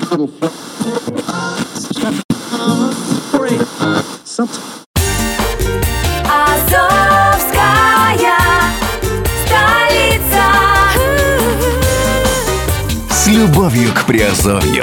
Азовская столица. С любовью к Приазовью.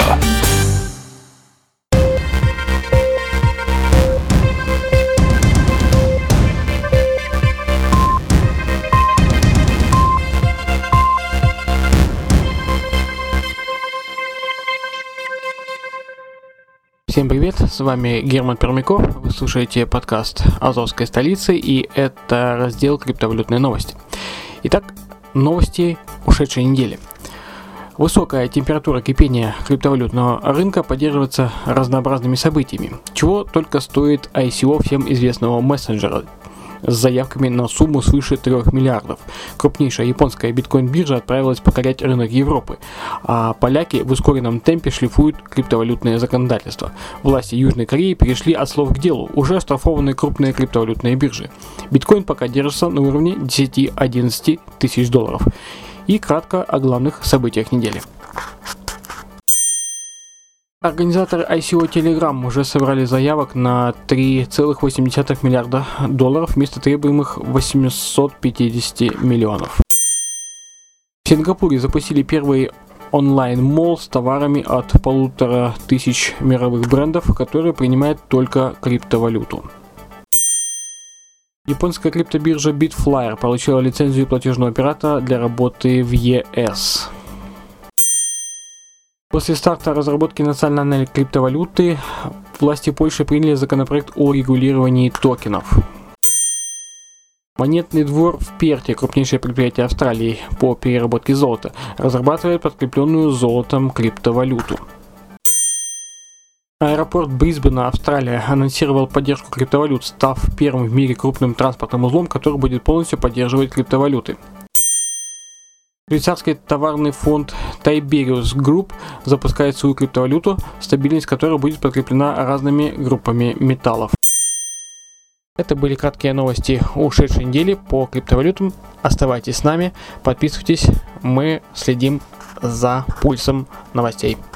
Всем привет, с вами Герман Пермяков, вы слушаете подкаст Азовской столицы, и это раздел «Криптовалютные новости». Итак, новости ушедшей недели. Высокая температура кипения криптовалютного рынка поддерживается разнообразными событиями, чего только стоит ICO всем известного мессенджера с заявками на сумму свыше 3 миллиардов. Крупнейшая японская биткоин-биржа отправилась покорять рынок Европы, а поляки в ускоренном темпе шлифуют криптовалютное законодательство. Власти Южной Кореи перешли от слов к делу, уже оштрафованы крупные криптовалютные биржи. Биткоин пока держится на уровне 10-11 тысяч долларов. И кратко о главных событиях недели. Организаторы ICO Telegram уже собрали заявок на 3,8 миллиарда долларов вместо требуемых 850 миллионов. В Сингапуре запустили первый онлайн-молл с товарами от 1500 мировых брендов, которые принимают только криптовалюту. Японская криптобиржа Bitflyer получила лицензию платежного оператора для работы в ЕС. После старта разработки национальной криптовалюты власти Польши приняли законопроект о регулировании токенов. Монетный двор в Перте, крупнейшее предприятие Австралии по переработке золота, разрабатывает подкрепленную золотом криптовалюту. Аэропорт Брисбена, Австралия, анонсировал поддержку криптовалют, став первым в мире крупным транспортным узлом, который будет полностью поддерживать криптовалюты. Швейцарский товарный фонд Tiberius Group запускает свою криптовалюту, стабильность которой будет подкреплена разными группами металлов. Это были краткие новости ушедшей недели по криптовалютам. Оставайтесь с нами, подписывайтесь, мы следим за пульсом новостей.